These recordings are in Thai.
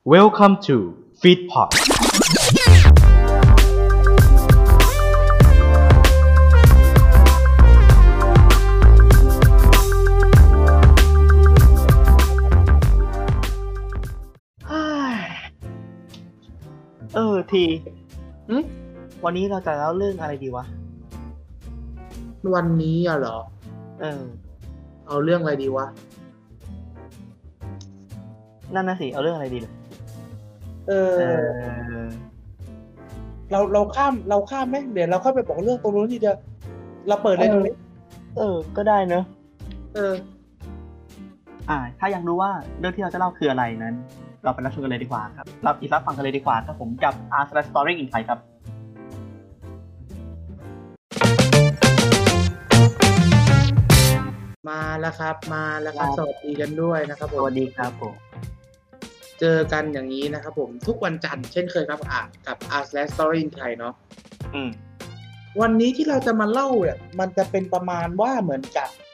Welcome to Feedpotทีวันนี้เราจะเล่าเรื่องอะไรดีวะวันนี้เหรอเอาเรื่องอะไรดีวะนั่นน่ะสิเอาเรื่องอะไรดีเลยเราข้ามไหมเดี๋ยวเราค่อยไปบอกเรื่องตรงนู้นทีเดียวเราเปิดเลยตรงนี้ก็ได้เนอะถ้ายังรู้ว่าเรื่องที่เราจะเล่าคืออะไรนั้นเราไปรับชมกันเลยดีกว่าครับรับฟังกันเลยดีกว่าครับผมกับ R/Story in Thai ครับมาแล้วครับสวัสดีกันด้วยนะครับผมสวัสดีครับผมเจอกันอย่างนี้นะครับผมทุกวันจันทร์เช่นเคยครับกับ R/Story in Thai เนาะวันนี้ที่เราจะมาเล่าเนี่ยมันจะเป็นประมาณว่าเหมือน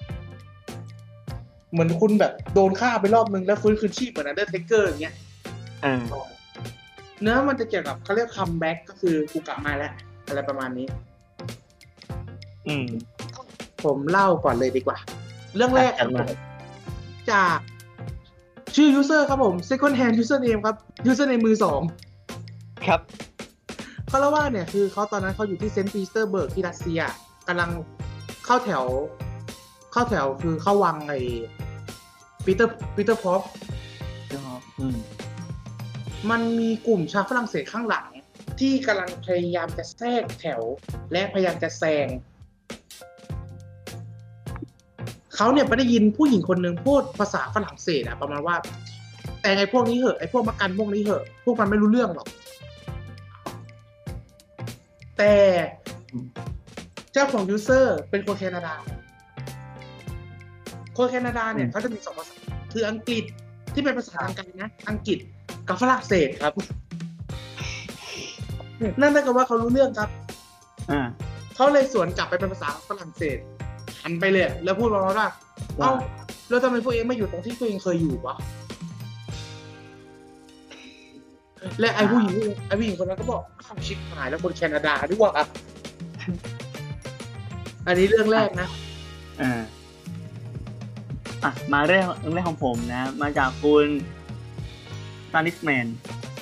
คุณแบบโดนฆ่าไปรอบนึงแล้วฟื้นคืนชีพเหมือน Undertaker อย่างเงี้ยเนื้อมันจะเกี่ยวกับเขาเรียกคัมแบ็กก็คือกูกลับมาแล้วอะไรประมาณนี้ผมเล่าก่อนเลยดีกว่าเรื่องแรกจากชื่อ user ครับผม second hand username ครับ username มือ2 ครับเขาเล่าว่าเนี่ยคือเขาตอนนั้นเขาอยู่ที่เซนต์ปีเตอร์เบิร์กที่รัสเซียกำลังเข้าแถวคือเข้าวังไอ้ปีเตอร์พอฟมันมีกลุ่มชาวฝรั่งเศสข้างหลังที่กำลังพยายามจะแทรกแถวและพยายามจะแซงเขาเนี่ยไปได้ยินผู้หญิงคนหนึ่งพูดภาษาฝรั่งเศสประมาณว่าแต่ไอ้พวกนี้เหอะไอ้พวกมักกันพวกนี้เหอะพวกมันไม่รู้เรื่องหรอกแต่เจ้าของยูเซอร์เป็นคนแคนาดาเนี่ยเขาจะมี2ภาษาคืออังกฤษที่เป็นภาษาทางการนะอังกฤษกับฝรั่งเศสครับนั่นหมายความว่าเขารู้เรื่องครับเขาเลยสวนกลับไปเป็นภาษาฝรั่งเศสหันไปเลยแล้วพูดว่าแล้วทำไมพวกเองไม่อยู่ตรงที่พวกเองเคยอยู่วะและไอ้ผู้หญิงคนนั้นก็บอกชิบหายแล้วคนแคนาดาด้วยวะอันนี้เรื่องแรกนะมาเรื่องของผมนะมาจากคุณซานิสแมน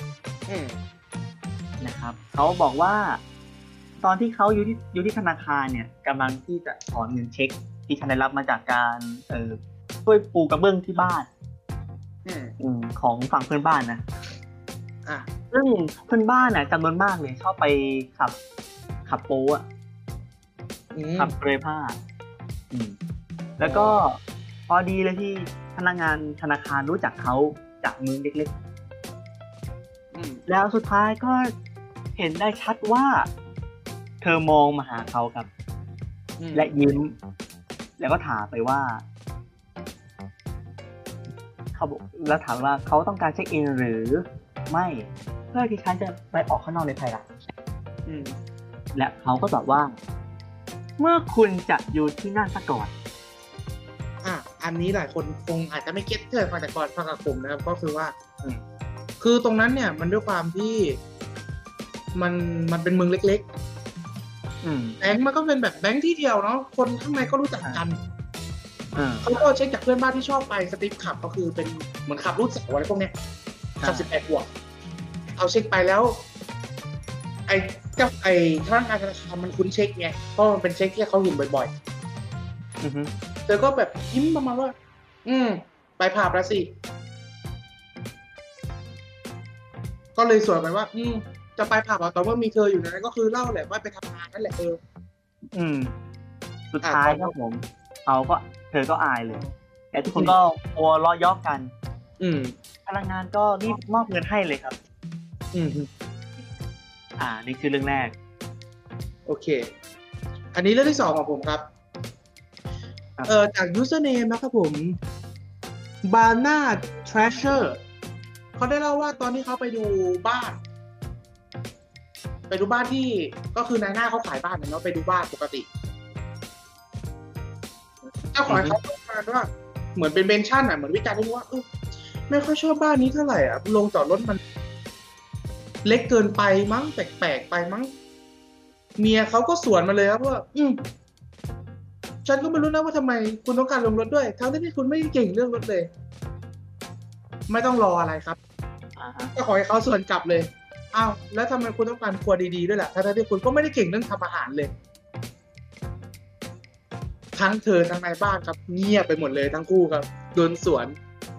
นะครับเขาบอกว่าตอนที่เขาอยู่ที่ธนาคารเนี่ยกำลังที่จะถอนเงินเช็คที่ฉันได้รับมาจากการช่วยปูกระเบื้องที่บ้านของฝั่งเพื่อนบ้านนะซึ่งเพื่อนบ้านน่ะจำนวนมากเลยชอบไปขับโป๊ะขับเปรย์ผ้าแล้วก็พอดีเลยที่พนักงานธนาคารรู้จักเขาจากมือเล็กๆแล้วสุดท้ายก็เห็นได้ชัดว่าเธอมองมาหาเขาครับและยิ้มแล้วก็ถามไปว่าเขาบอกแล้วถามว่าเขาต้องการเช็คอินหรือไม่เพื่อที่ฉันจะไปออกข้างนอกในภายหลังและเขาก็ตอบว่าเมื่อคุณจะอยู่ที่นั่นซะก่อนอันนี้หลายคนคงอาจจะไม่เก็ตเกิดมาจากก่อนฟังกับผมนะครับก็คือว่าคือตรงนั้นเนี่ยมันด้วยความที่มันเป็นเมืองเล็กๆแบงก์มันก็เป็นแบบแบงก์ที่เดียวเนาะคนข้างในก็รู้จักกันเขาก็เช็คจากเพื่อนบ้านที่ชอบไปสตรีทขับก็คือเป็นเหมือนขับรุ่นสาวอะไรพวกเนี้ยขับ18 บวกเอาเช็คไปแล้วไอ้พนักงานธนาคารมันคุ้นเช็คไงเพราะมันเป็นเช็คที่เขาเห็นบ่อยๆเธอก็แบบยิ้มประมาณว่าไปผับแล้วสิก็เลยสวนไปว่าจะไปผับแต่ว่ามีเธออยู่นั้นก็คือเล่าแหละว่าไปทำงานนั่นแหละสุดท้ายครับผมเธอก็อายเลยแต่ทุกคนก็หัวเราะเยาะกันพนักงานก็รีบมอบเงินให้เลยครับนี่คือเรื่องแรกโอเคอันนี้เรื่องที่2ของผมครับจาก username นะครับผม Bana Treasure เขาได้เล่าว่าตอนที่เขาไปดูบ้านที่ก็คือนายหน้าเขาขายบ้านเนาะไปดูบ้านปกติเจ้าของเขาต้องการว่าเหมือนเป็นเมนชั่นเหมือนวิจารณ์ว่าไม่ค่อยชอบบ้านนี้เท่าไหร่อ่ะโรงจอดรถมันเล็กเกินไปมั้งแปลกๆไปมั้งเมียเขาก็สวนมาเลยครับว่าฉันก็ไม่รู้นะว่าทำไมคุณต้องการลงรถด้วยทั้งที่คุณไม่เก่งเรื่องรถเลย ไม่ต้องรออะไรครับก็ขอให้เขาสวนกลับเลยอ้าวแล้วทำไมคุณต้องการครัวดีๆด้วยล่ะทั้งที่คุณก็ไม่ได้เก่งเรื่องทำอาหารเลยทั้งเธอทั้งนายบ้านครับเงียบไปหมดเลยทั้งคู่ครับโดนสวน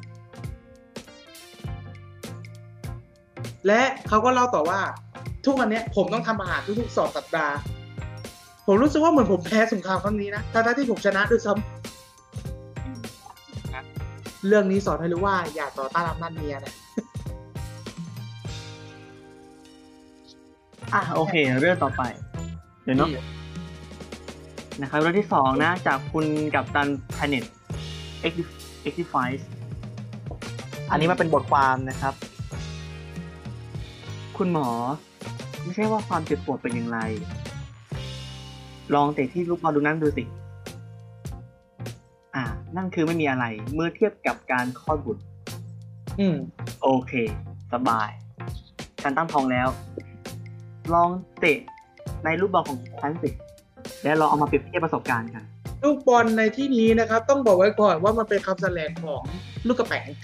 และเขาก็เล่าต่อว่าทุกวันนี้ผมต้องทำอาหารทุกๆ2 สัปดาห์ผมรู้สึกว่าเหมือนผมแพ้สงครามครั้งนี้นะทั้งที่ผมชนะด้วยซ้ำเรื่องนี้สอนให้รู้ว่าอย่าต่อต้านอำนาจเมียนะโอเคเรื่องต่อไปเดี๋ยวเนาะนะครับเรื่องที่2นะจากคุณกัปตัน Planet X-Files อันนี้มาเป็นบทความนะครับคุณหมอไม่ใช่ว่าความเจ็บปวดเป็นอย่างไรลองเตะที่ลูกบอลดูนั่นดูสินั่นคือไม่มีอะไรเมื่อเทียบกับการคลอดบุตรโอเคสบายฉันตั้งท้องแล้วลองเตะในลูกบอลของฉันสิแล้วเราเอามาเปรียบเทียบประสบการณ์กันลูกบอลในที่นี้นะครับต้องบอกไว้ก่อนว่ามันเป็นคำแสดงของลูกกระแป๋ง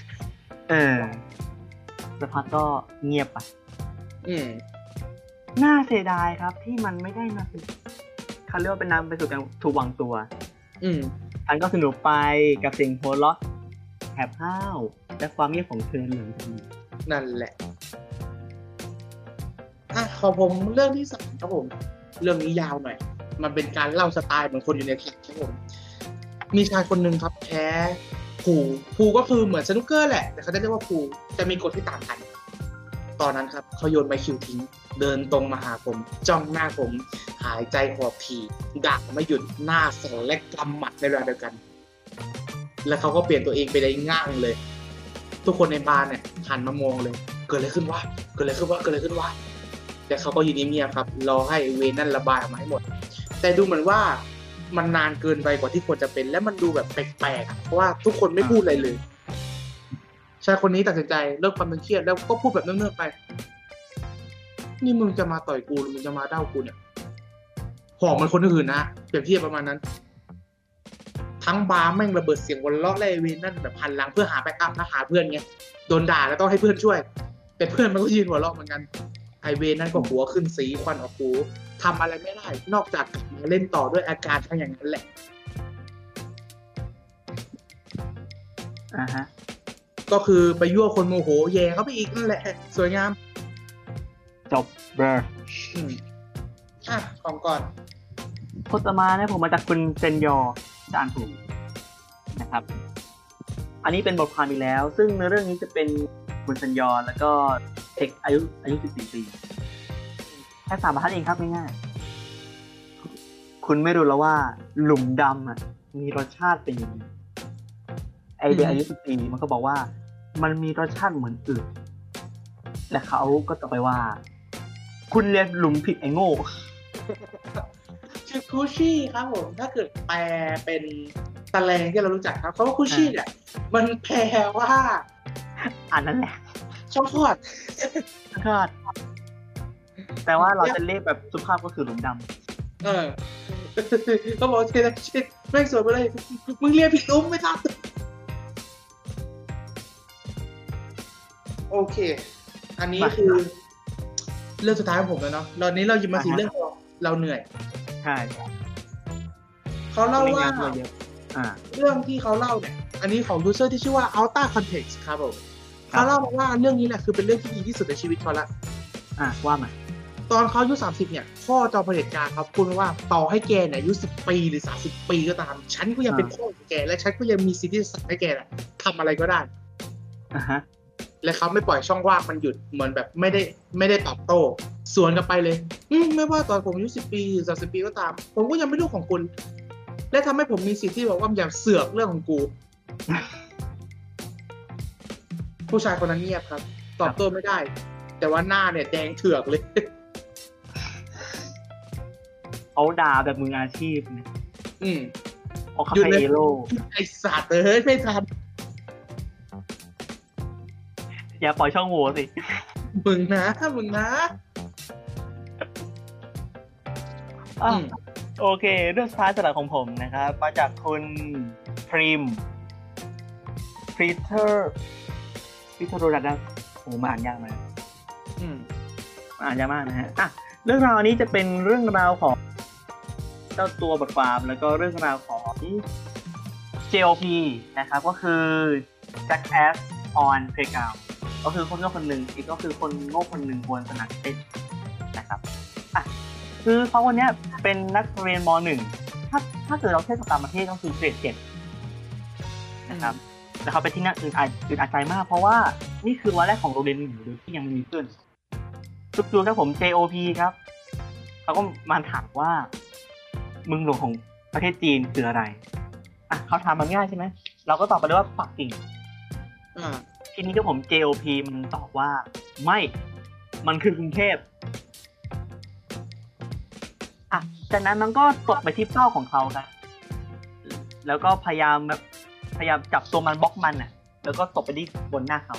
สักพักก็เงียบไปน่าเสียดายครับที่มันไม่ได้มาเป็นเขาเรียกว่าเป็นนำไปสู่การถูกวางตัวฉันก็สนุกไปกับเสียงโฮลล็อกแถบห้าวและความเงียบของเธอหลังจากนี้นั่นแหละของผมเรื่องที่3ครับผมเรื่องนี้ยาวหน่อยมันเป็นการเล่าสไตล์เหมือนคนอยู่ในคลิปครับผมมีชายคนหนึ่งครับแพ้พูก็คือเหมือนสนุกเกอร์แหละแต่เขาจะเรียกว่าพูจะมีกฎที่ต่างกันตอนนั้นครับเขาโยนใบคิวทิ้งเดินตรงมาหาผมจ้องหน้าผมหายใจหอบถี่ด่าไม่หยุดหน้าสั่นและกำหมัดในเวลาเดียวกันแล้วเขาก็เปลี่ยนตัวเองไปได้ง่ายเลยทุกคนในบาร์เนี่ยหันมามองเลยเกิดอะไรขึ้นวะแต่เขาก็ยืนเงียบครับรอให้เวนั่นระบายออกมาให้หมดแต่ดูเหมือนว่ามันนานเกินไปกว่าที่ควรจะเป็นและมันดูแบบแปลกๆเพราะว่าทุกคนไม่พูดอะไรเลยชายคนนี้ตัดสินใจเลิกความตึงเครียดแล้วก็พูดแบบเนิ่มๆไปนี่มึงจะมาต่อยกูหรือมึงจะมาเด้ากูเนี่ยหอมมันคนอื่นนะเปรียบเทียบประมาณนั้นทั้งบาร์แม่งระเบิดเสียงวันล้อไล่เวนั่นแบบหันหลังเพื่อหาแบ็คอัพนะหาเพื่อนไงโดนด่าแล้วต้องให้เพื่อนช่วยแต่เพื่อนมันก็ยืนหัวเราะเหมือนกันไอเวนั่นก็หัวขึ้นสีควันออกหูทำอะไรไม่ได้นอกจากมาเล่นต่อด้วยอาการทั้งอย่างนั้นแหละก็คือไปยั่วคนโมโหแย่เขาไปอีกนั่นแหละสวยงามจบเบอร์ของก่อนโฆษณาเนี่ยผมมาจากคุณเซนยอจะอ่านถูกนะครับอันนี้เป็นบทความอีกแล้วซึ่งในเรื่องนี้จะเป็นคุณเซนยอแล้วก็เด็กอายุ14 ปีแค่3 บรรทัดเองครับง่ายๆคุณไม่รู้แล้วว่าหลุมดำมีรสชาติเป็นยังไงไอเด็กอายุ14 ปีมันก็บอกว่ามันมีรสชาติเหมือนอึและเขาก็ต่อไปว่าคุณเรียนหลุมผิดไอ้โง่ชื่อคูชี่ครับผมถ้าเกิดแปลเป็นตะแลงที่เรารู้จักครับเขาว่าคูชี่เนี่ยมันแปลว่าอันนั้นแหละช่องคลอดแต่ว่าเราจะเรียกแบบสุภาพก็คือหลุมดำก็บอกเทเลชิตแม่งสวยไปเลยมึงเรียนผิดหลุมไม่ทันโอเคอันนี้คือเรื่องสุดท้ายของผมแล้วเนาะตอนนี้เราหยิบมา4 เรื่องเราเหนื่อยใช่เขาเล่าว่าเรื่องที่เขาเล่าเนี่ยอันนี้ของยูเซอร์ที่ชื่อว่า Outer Context ครับผมเขาเล่าว่าเรื่องนี้แหละคือเป็นเรื่องที่ดีที่สุดในชีวิตเขาละว่ามาตอนเขาอายุ30เนี่ยพ่อจอมเผด็จการครับพูดว่าต่อให้แกเนี่ยอายุ10 ปีหรือ30 ปีก็ตามฉันก็ยังเป็นพ่อของแกและฉันก็ยังมีสิทธิ์ที่จะสั่งให้แกทำอะไรก็ได้และเขาไม่ปล่อยช่องว่างมันหยุดเหมือนแบบไม่ได้ตอบโต้สวนกลับไปเลยไม่ว่าตอนผมอายุ10 ปีหรือ30 ปีก็ตามผมก็ยังเป็นลูกของคุณและทำให้ผมมีสิทธิ์ที่บอกว่าอย่าเสือกเรื่องของกูผู้ชายคนนั้นเงียบครับตอบโต้ไม่ได้แต่ว่าหน้าเนี่ยแดงเถือกเลยเขาด่าแบบมืออาชีพเนี่ยเขาหยุดเลยโลไอสัตว์ไม่ทันอย่าปล่อยช่องโหว่สิมึงนะโอเคเรื่องสุดท้ายสำหรับของผมนะครับมาจากคุณพรีมพีเตอร์โรดัสโอ้มาอ่านยากเลยอ่านยากมากนะฮะเรื่องราวนี้จะเป็นเรื่องราวของเจ้าตัวบทความแล้วก็เรื่องราวของ JOP นะครับก็คือ Jackass on Playground ก็คือคนโง่คนหนึ่งอีกก็คือคนโง่คนหนึ่งบนสนามเต้นนะครับคือเขาคนนี้เป็นนักเรียนม.1 ถ้าเกิดเราเทียบกับต่างประเทศก็คือเกรด 7นะครับแล้วเขาเป็นที่น่าอึดอัดใจมากเพราะว่านี่คือวันแรกของโรงเรียนหนูโดยที่ยังไม่มีเพื่อนจู่ๆครับผม JOP ครับเขาก็มาถามว่าเมืองหลวงของประเทศจีนคืออะไรเขาถามมันง่ายใช่ไหมเราก็ตอบไปเลยว่าปักกิ่งทีนี้ก็ผม JOP มันตอบว่าไม่มันคือกรุงเทพจากนั้นมันก็ตกไปที่เป้าของเขาครับแล้วก็พยายามจับตัวมันบล็อกมันแล้วก็ตกไปที่บนหน้าเขา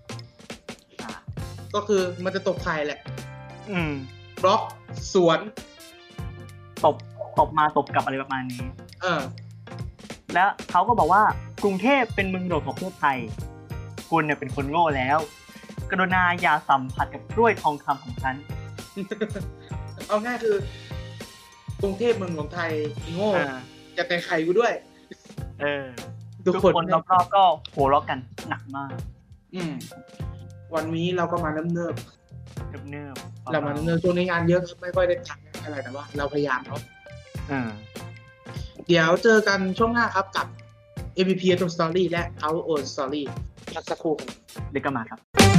ก็คือมันจะตกใครแหละบล็อกสวนตบมาตบกลับอะไรประมาณนี้แล้วเขาก็บอกว่ากรุงเทพเป็นเมืองหลวงของประเทศไทยคุณเนี่ยเป็นคนโง่แล้วกรุณาอย่าสัมผัสกับกล้วยทองคำของฉันเอาง่ายคือกรุงเทพเมืองหลวงไทยโง่จะแต่ไข่กูด้วยทุกคนรอบๆก็โหร้องกันหนักมากวันนี้เราก็มาเนิบเรามาเนิบช่วงนี้งานเยอะไม่ค่อยได้ทำอะไรแต่ว่าเราพยายามเนาะเดี๋ยวเจอกันช่วงหน้าครับกับ MVP Own Story และ Our Own Story พักสักครู่เดี๋ยวก็มาครับ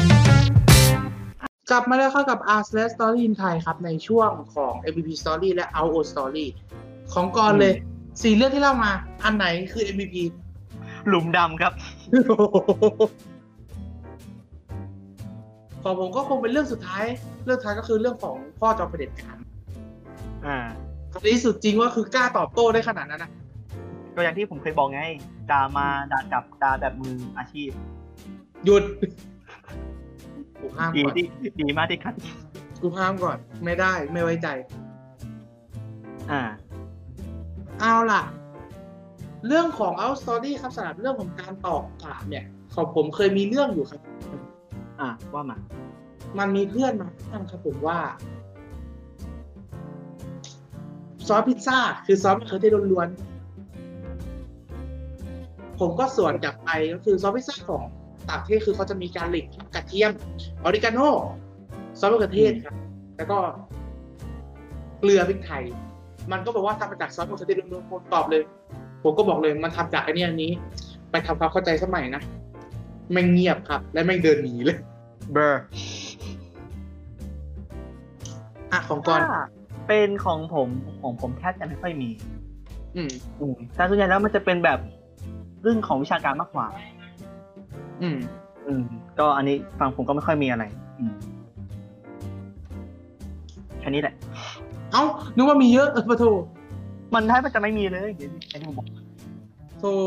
กลับมาแล้วเข้ากับ Our Story in Thai ครับในช่วงของ MVP Story และ Our Own Story ของก่อนเลย4เรื่องที่เล่ามาอันไหนคือ MVP หลุมดำครับของผมก็คงเป็นเรื่องสุดท้ายก็คือเรื่องของพ่อจอมเผด็จการที่สุดจริงว่าคือกล้าตอบโต้ได้ขนาดนั้นนะก็อย่างที่ผมเคยบอกไงด่ามาด่ากลับด่าแบบมืออาชีพหยุดกูห้ามก่อนดีมากที่คัดกูห้ามก่อนไม่ได้ไม่ไว้ใจเอาล่ะเรื่องของ Out Story ครับสำหรับเรื่องของการตอกกาบเนี่ยของผมเคยมีเรื่องอยู่ครับว่ามันมีเพื่อนมาท่านครับผมว่าซอสพิซซ่าคือซอสมะเขือเทศล้วนๆผมก็สวนกลับไปก็คือซอสพิซซ่าของต่างประเทศคือเขาจะมีการหลิกกระเทียมออริกาโนซอสมะเขือเทศครับแล้วก็เกลือพริกไทยมันก็บอกว่าทำมาจากซอสมะเขือเทศล้วนๆผมตอบเลยผมก็บอกเลยมันทำจากอันนี้ไปทำความเข้าใจสมัยนะไม่เงียบครับและไม่เดินหนีเลยเบอร์ของก่อนเป็นของผมแทบจะไม่ค่อยมีแต่ส่วนใหญ่แล้วมันจะเป็นแบบเรื่องของวิชาการมากกว่าก็อันนี้ฟังผมก็ไม่ค่อยมีอะไรแค่นี้แหละนึกว่ามีเยอะปะโถมันแทบจะไม่มีเลยเดี๋ยวที่ผมบอกโธ่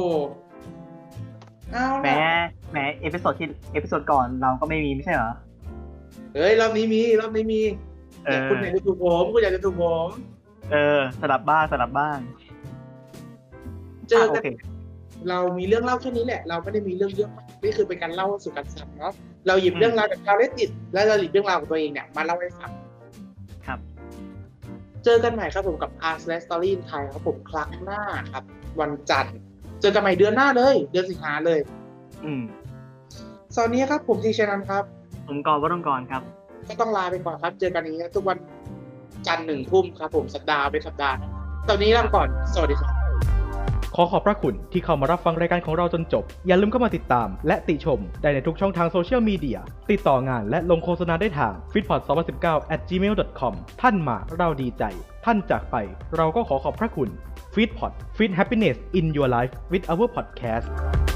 แหมเอพิโซดก่อนเราก็ไม่มีไม่ใช่เหรอเฮ้ยรอบนี้มีคุณอยากจะถูกผมสลับบ้างเจอกันเรามีเรื่องเล่าแค่นี้แหละเราไม่ได้มีเรื่องเยอะนี่คือเป็นการเล่าสู่กันฟังเนาะเราหยิบเรื่องราวจากชาวเลดดิตและเราหยิบเรื่องราวของตัวเองเนี่ยมาเล่าให้ฟังครับเจอกันใหม่ครับผมกับ Our Story in Thai ครับผมครั้งหน้าครับวันจันทร์เจอกันใหม่เดือนหน้าเลยเดือนสิงหาเลยสวัสดีครับผมทีชนันครับผมกรวรงกรครับก็ต้องลาไปก่อนครับเจอกันนี้ทุกวันจันทร์ 1 ทุ่มครับผมสัปดาห์เป็นสัปดาห์ตอนนี้ลาก่อนสวัสดีครับขอขอบพระคุณที่เข้ามารับฟังรายการของเราจนจบอย่าลืมเข้ามาติดตามและติชมได้ในทุกช่องทางโซเชียลมีเดียติดต่องานและลงโฆษณาได้ทาง feedpot2019@gmail.com ท่านมาเราดีใจท่านจากไปเราก็ขอขอบพระคุณ Feedpot Feed Happiness in Your Life with our podcast